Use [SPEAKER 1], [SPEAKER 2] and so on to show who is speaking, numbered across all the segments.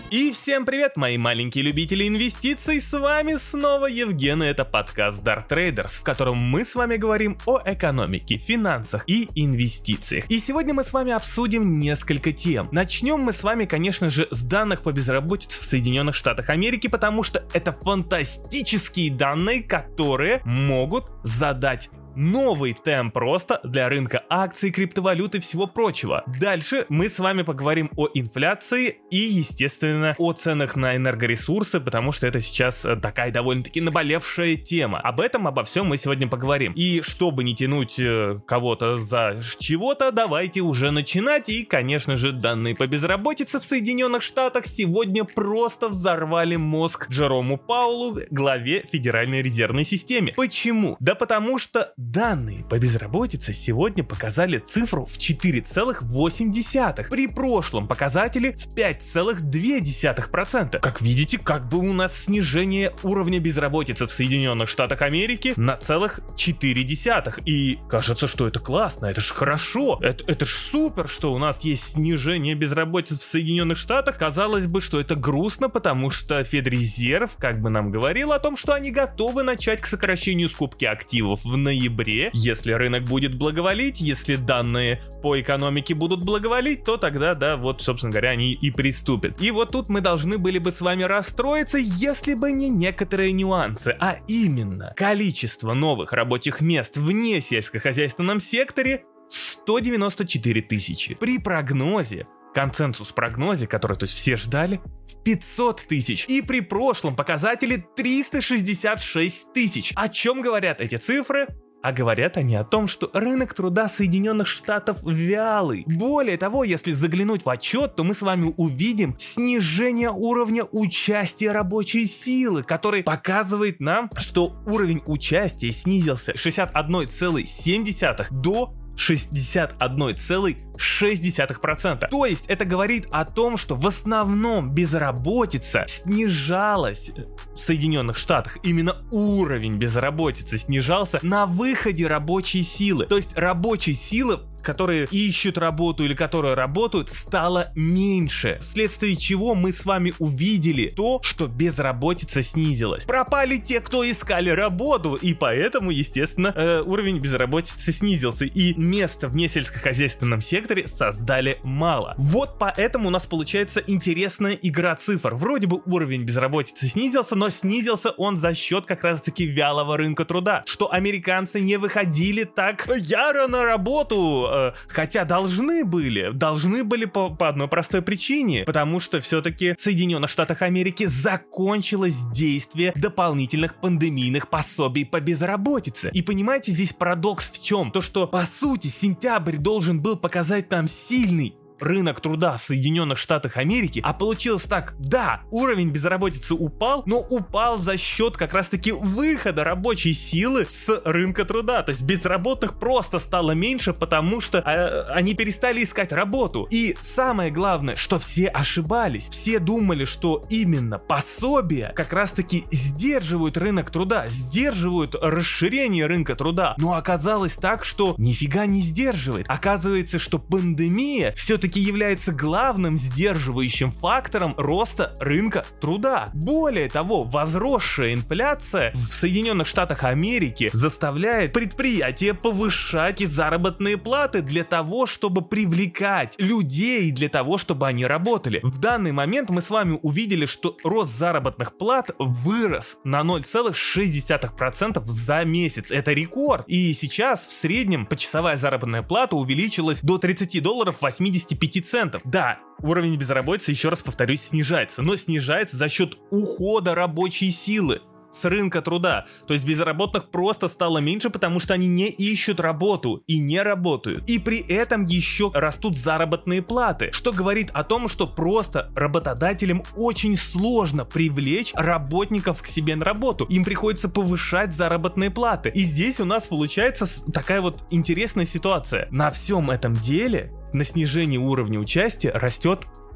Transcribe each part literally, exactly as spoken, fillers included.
[SPEAKER 1] И всем привет, мои маленькие любители инвестиций, с вами снова Евген, и это подкаст Dart Traders, в котором мы с вами говорим о экономике, финансах и инвестициях. И сегодня мы с вами обсудим несколько тем. Начнем мы с вами, конечно же, с данных по безработице в Соединенных Штатах Америки, потому что это фантастические данные, которые могут задать новый темп роста для рынка акций, криптовалют и всего прочего. Дальше мы с вами поговорим о инфляции и, естественно, о ценах на энергоресурсы, потому что это сейчас такая довольно-таки наболевшая тема. Об этом, обо всем мы сегодня поговорим. И чтобы не тянуть э, кого-то за чего-то, давайте уже начинать. И, конечно же, данные по безработице в Соединенных Штатах сегодня просто взорвали мозг Джерому Паулу, главе Федеральной резервной системы. Почему? Да потому что данные по безработице сегодня показали цифру в четыре целых восемь десятых, при прошлом показателе в пять целых две десятых процента. Как видите, как бы у нас снижение уровня безработицы в Соединенных Штатах Америки на целых четыре десятых. И кажется, что это классно, это ж хорошо, это, это ж супер, что у нас есть снижение безработицы в Соединенных Штатах. Казалось бы, что это грустно, потому что Федрезерв как бы нам говорил о том, что они готовы начать к сокращению скупки активов в ноябре. Если рынок будет благоволить, если данные по экономике будут благоволить, то тогда, да, вот, собственно говоря, они и приступят. И вот тут мы должны были бы с вами расстроиться, если бы не некоторые нюансы, а именно количество новых рабочих мест вне сельскохозяйственном секторе сто девяносто четыре тысячи. При прогнозе, консенсус прогнозе, который, то есть, все ждали, пятьсот тысяч. И при прошлом показателе триста шестьдесят шесть тысяч. О чем говорят эти цифры? А говорят они о том, что рынок труда Соединенных Штатов вялый. Более того, если заглянуть в отчет, то мы с вами увидим снижение уровня участия рабочей силы, который показывает нам, что уровень участия снизился с шестьдесят одна целая семь десятых до шестьдесят одна целая шесть десятых процента. То есть это говорит о том, что в основном безработица снижалась в Соединенных Штатах. Именно уровень безработицы снижался на выходе рабочей силы. То есть рабочей силы, которые ищут работу или которые работают, стало меньше. Вследствие чего мы с вами увидели то, что безработица снизилась. Пропали те, кто искали работу, и поэтому, естественно, э, уровень безработицы снизился. И места в несельскохозяйственном секторе создали мало. Вот поэтому у нас получается интересная игра цифр. Вроде бы уровень безработицы снизился, но снизился он за счет как раз-таки вялого рынка труда. Что американцы не выходили так яро на работу, э, хотя должны были. Должны были по, по одной простой причине. Потому что все-таки в Соединенных Штатах Америки закончилось действие дополнительных пандемийных пособий по безработице. И понимаете, здесь парадокс в чем? То, что по сути сентябрь должен был показать нам сильный рынок труда в Соединенных Штатах Америки, а получилось так: да, уровень безработицы упал, но упал за счет как раз-таки выхода рабочей силы с рынка труда. То есть безработных просто стало меньше, потому что э, они перестали искать работу. И самое главное, что все ошибались. Все думали, что именно пособия как раз-таки сдерживают рынок труда, сдерживают расширение рынка труда. Но оказалось так, что нифига не сдерживает. Оказывается, что пандемия все-таки является главным сдерживающим фактором роста рынка труда. Более того, возросшая инфляция в Соединенных Штатах Америки заставляет предприятия повышать заработные платы для того, чтобы привлекать людей, для того, чтобы они работали. В данный момент мы с вами увидели, что рост заработных плат вырос на ноль целых шесть десятых процента за месяц. Это рекорд. И сейчас в среднем почасовая заработная плата увеличилась до тридцати долларов восьмидесяти пяти центов. Да, уровень безработицы, еще раз повторюсь, снижается, но снижается за счет ухода рабочей силы с рынка труда. То есть безработных просто стало меньше, потому что они не ищут работу и не работают. И при этом еще растут заработные платы, что говорит о том, что просто работодателям очень сложно привлечь работников к себе на работу. Им приходится повышать заработные платы. И здесь у нас получается такая вот интересная ситуация. На всем этом деле, на снижении уровня участия растет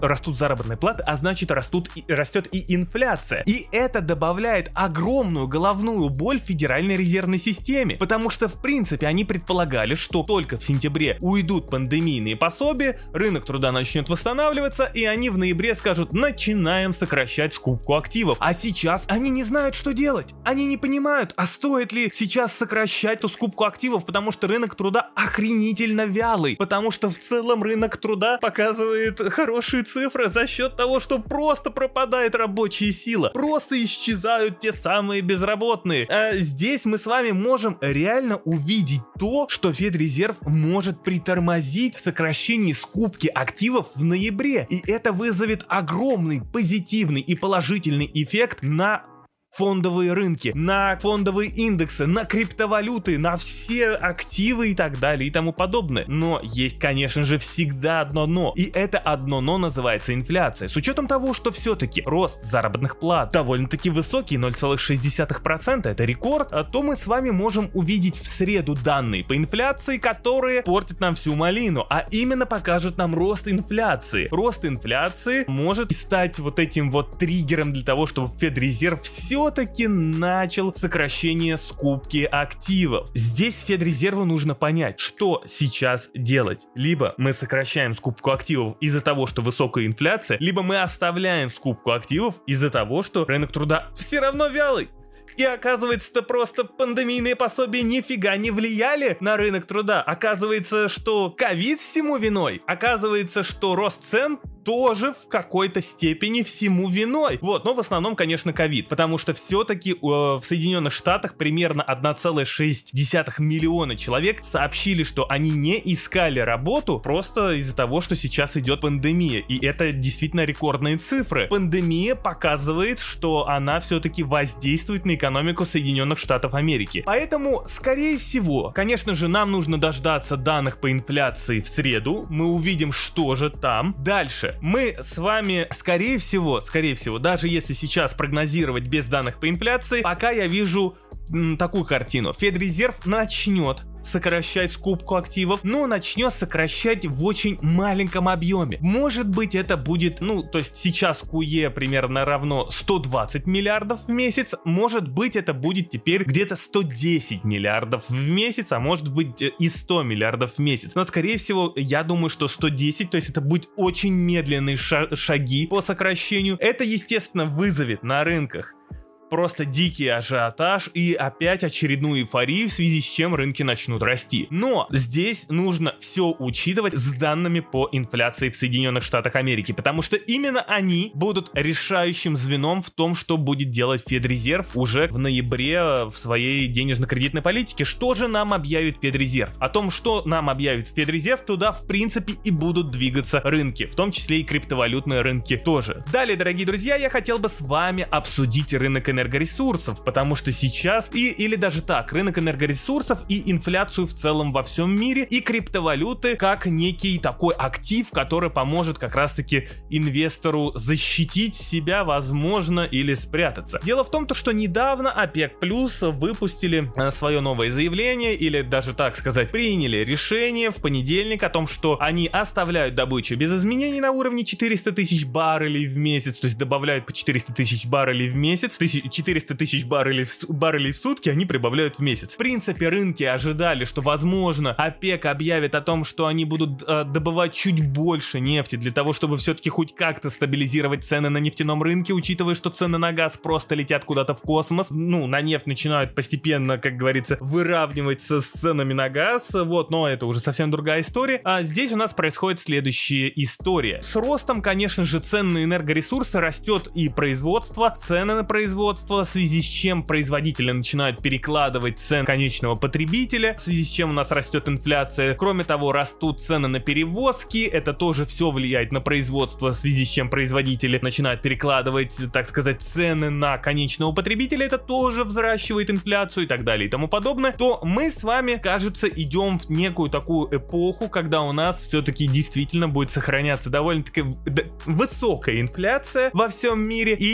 [SPEAKER 1] растут заработные платы, а значит растут и, растет и инфляция. И это добавляет огромную головную боль в Федеральной резервной системе, потому что в принципе они предполагали, что только в сентябре уйдут пандемийные пособия, рынок труда начнет восстанавливаться, и они в ноябре скажут: начинаем сокращать скупку активов. А сейчас они не знают, что делать. Они не понимают, а стоит ли сейчас сокращать эту скупку активов, потому что рынок труда охренительно вялый, потому что в целом рынок труда показывает хорошие цифры за счет того, что просто пропадает рабочая сила, просто исчезают те самые безработные. А здесь мы с вами можем реально увидеть то, что Федрезерв может притормозить в сокращении скупки активов в ноябре, и это вызовет огромный позитивный и положительный эффект на фондовые рынки, на фондовые индексы, на криптовалюты, на все активы и так далее и тому подобное. Но есть, конечно же, всегда одно но. И это одно но называется инфляция. С учетом того, что все-таки рост заработных плат довольно-таки высокий, ноль целых шесть десятых процента, это рекорд, то мы с вами можем увидеть в среду данные по инфляции, которые портят нам всю малину, а именно покажут нам рост инфляции. Рост инфляции может стать вот этим вот триггером для того, чтобы Федрезерв все все-таки начал сокращение скупки активов. Здесь Федрезерву нужно понять, что сейчас делать. Либо мы сокращаем скупку активов из-за того, что высокая инфляция, либо мы оставляем скупку активов из-за того, что рынок труда все равно вялый. И оказывается-то просто пандемийные пособия нифига не влияли на рынок труда. Оказывается, что ковид всему виной. Оказывается, что рост цен тоже в какой-то степени всему виной. Вот, но в основном, конечно, ковид. Потому что все-таки э, в Соединенных Штатах примерно одна целая шесть десятых миллиона человек сообщили, что они не искали работу просто из-за того, что сейчас идет пандемия. И это действительно рекордные цифры. Пандемия показывает, что она все-таки воздействует на экономику Соединенных Штатов Америки. Поэтому, скорее всего, конечно же, нам нужно дождаться данных по инфляции в среду. Мы увидим, что же там. Дальше. Мы с вами, скорее всего, скорее всего, даже если сейчас прогнозировать без данных по инфляции, пока я вижу м, такую картину. Федрезерв начнет сокращать скупку активов, но начнет сокращать в очень маленьком объеме. Может быть, это будет, ну, то есть сейчас КУЕ примерно равно сто двадцать миллиардов в месяц, может быть, это будет теперь где-то сто десять миллиардов в месяц, а может быть и сто миллиардов в месяц. Но, скорее всего, я думаю, что сто десять, то есть это будет очень медленные ша- шаги по сокращению. Это, естественно, вызовет на рынках просто дикий ажиотаж и опять очередную эйфорию, в связи с чем рынки начнут расти. Но здесь нужно все учитывать с данными по инфляции в Соединенных Штатах Америки, потому что именно они будут решающим звеном в том, что будет делать Федрезерв уже в ноябре в своей денежно-кредитной политике. Что же нам объявит Федрезерв? О том, что нам объявит Федрезерв, туда в принципе и будут двигаться рынки, в том числе и криптовалютные рынки тоже. Далее, дорогие друзья, я хотел бы с вами обсудить рынок энергии энергоресурсов, потому что сейчас, и или даже так, рынок энергоресурсов и инфляцию в целом во всем мире, и криптовалюты как некий такой актив, который поможет как раз-таки инвестору защитить себя, возможно, или спрятаться. Дело в том, что недавно ОПЕК Плюс выпустили свое новое заявление, или даже так сказать, приняли решение в понедельник о том, что они оставляют добычу без изменений на уровне четыреста тысяч баррелей в месяц, то есть добавляют по четыреста тысяч баррелей в месяц, четыреста тысяч баррелей, баррелей в сутки они прибавляют в месяц. В принципе, рынки ожидали, что, возможно, ОПЕК объявит о том, что они будут э, добывать чуть больше нефти для того, чтобы все-таки хоть как-то стабилизировать цены на нефтяном рынке, учитывая, что цены на газ просто летят куда-то в космос. Ну, на нефть начинают постепенно, как говорится, выравниваться с ценами на газ, вот, но это уже совсем другая история. А здесь у нас происходит следующая история. С ростом, конечно же, цен на энергоресурсы растет и производство, цены на производство, в связи с чем производители начинают перекладывать цены конечного потребителя, в связи с чем у нас растет инфляция. Кроме того, растут цены на перевозки, это тоже все влияет на производство, в связи с чем производители начинают перекладывать, так сказать, цены на конечного потребителя, это тоже взращивает инфляцию и так далее и тому подобное. То мы с вами, кажется, идем в некую такую эпоху, когда у нас все-таки действительно будет сохраняться довольно-таки высокая инфляция во всем мире, и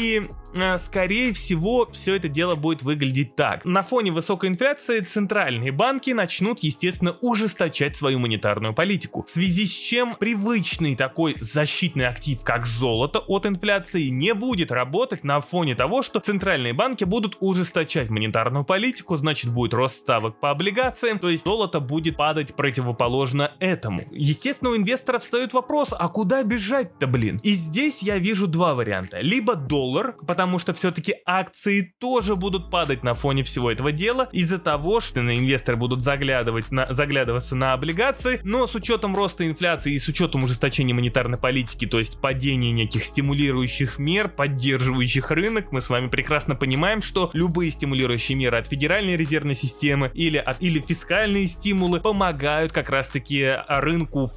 [SPEAKER 1] скорее всего, все это дело будет выглядеть так. На фоне высокой инфляции центральные банки начнут, естественно, ужесточать свою монетарную политику, в связи с чем привычный такой защитный актив, как золото от инфляции, не будет работать на фоне того, что центральные банки будут ужесточать монетарную политику, значит, будет рост ставок по облигациям, то есть золото будет падать противоположно этому. Естественно, у инвесторов встает вопрос, а куда бежать-то, блин? И здесь я вижу два варианта. Либо доллар, потому что все-таки акции тоже будут падать на фоне всего этого дела, из-за того, что инвесторы будут заглядывать на, заглядываться на облигации, но с учетом роста инфляции и с учетом ужесточения монетарной политики, то есть падения неких стимулирующих мер, поддерживающих рынок, мы с вами прекрасно понимаем, что любые стимулирующие меры от Федеральной резервной системы или, от, или фискальные стимулы помогают как раз-таки рынку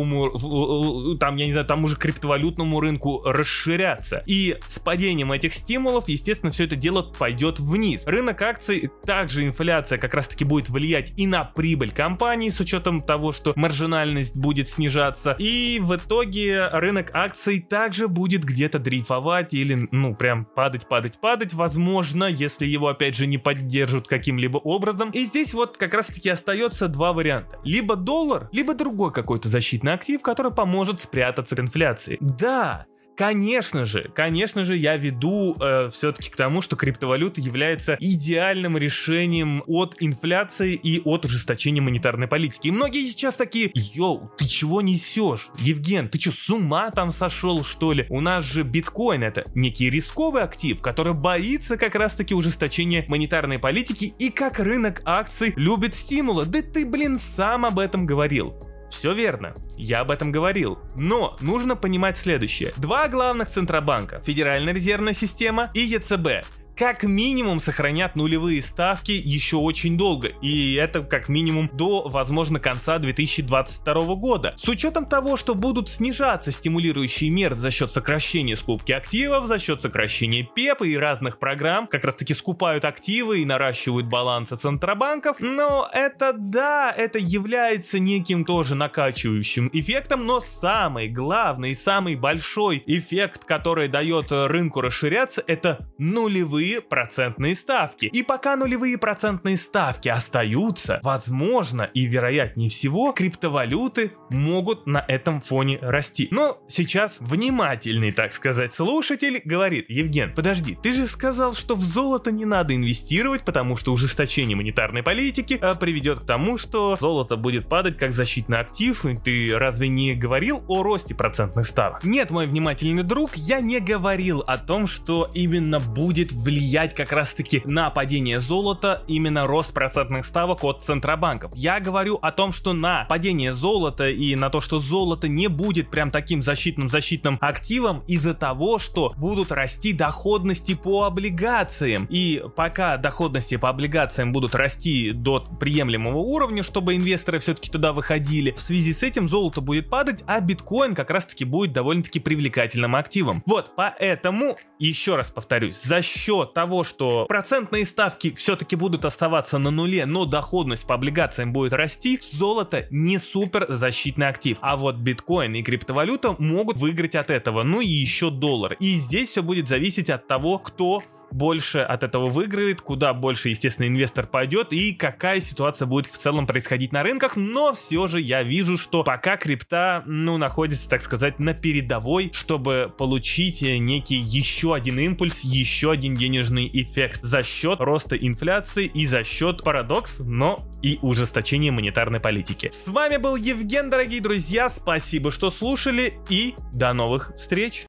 [SPEAKER 1] фондовому, там, я не знаю, тому же криптовалютному рынку расширяться. И с падением этих стимулов, естественно, все это дело пойдет вниз. Рынок акций, также инфляция как раз-таки будет влиять и на прибыль компании, с учетом того, что маржинальность будет снижаться. И в итоге рынок акций также будет где-то дрейфовать или, ну, прям падать, падать, падать, возможно, если его, опять же, не поддержат каким-либо образом. И здесь вот как раз-таки остается два варианта. Либо доллар, либо другой какой-то защитный актив, который поможет спрятаться от инфляции. Да, Конечно же, конечно же, я веду э, все-таки к тому, что криптовалюта является идеальным решением от инфляции и от ужесточения монетарной политики. И многие сейчас такие: йоу, ты чего несешь? Евген, ты что, с ума там сошел, что ли? У нас же биткоин — это некий рисковый актив, который боится как раз-таки ужесточения монетарной политики, и как рынок акций любит стимулы. Да ты, блин, сам об этом говорил. Все верно, я об этом говорил, но нужно понимать следующее. Два главных центробанка, Федеральная резервная система и ЕЦБ, как минимум сохранят нулевые ставки еще очень долго, и это как минимум до, возможно, конца две тысячи двадцать второго года. С учетом того, что будут снижаться стимулирующие меры за счет сокращения скупки активов, за счет сокращения ПЕПа и разных программ, как раз таки скупают активы и наращивают балансы центробанков, но это, да, это является неким тоже накачивающим эффектом, но самый главный и самый большой эффект, который дает рынку расширяться, это нулевые процентные ставки. И пока нулевые процентные ставки остаются, возможно и вероятнее всего, криптовалюты могут на этом фоне расти. Но сейчас внимательный, так сказать, слушатель говорит: Евген, подожди, ты же сказал, что в золото не надо инвестировать, потому что ужесточение монетарной политики а, приведет к тому, что золото будет падать как защитный актив, и ты разве не говорил о росте процентных ставок? Нет, мой внимательный друг, я не говорил о том, что именно будет влиять влиять как раз-таки на падение золота именно рост процентных ставок от центробанков. Я говорю о том, что на падение золота и на то, что золото не будет прям таким защитным-защитным активом из-за того, что будут расти доходности по облигациям. И пока доходности по облигациям будут расти до приемлемого уровня, чтобы инвесторы все-таки туда выходили, в связи с этим золото будет падать, а биткоин как раз-таки будет довольно-таки привлекательным активом. Вот, поэтому, еще раз повторюсь, за счет того, что процентные ставки все-таки будут оставаться на нуле, но доходность по облигациям будет расти, золото не супер защитный актив. А вот биткоин и криптовалюта могут выиграть от этого, ну и еще доллар. И здесь все будет зависеть от того, кто больше от этого выиграет, куда больше, естественно, инвестор пойдет и какая ситуация будет в целом происходить на рынках. Но все же я вижу, что пока крипта, ну, находится, так сказать, на передовой, чтобы получить некий еще один импульс, еще один денежный эффект за счет роста инфляции и за счет, парадокс, но и ужесточения монетарной политики. С вами был Евген, дорогие друзья, спасибо, что слушали, и до новых встреч!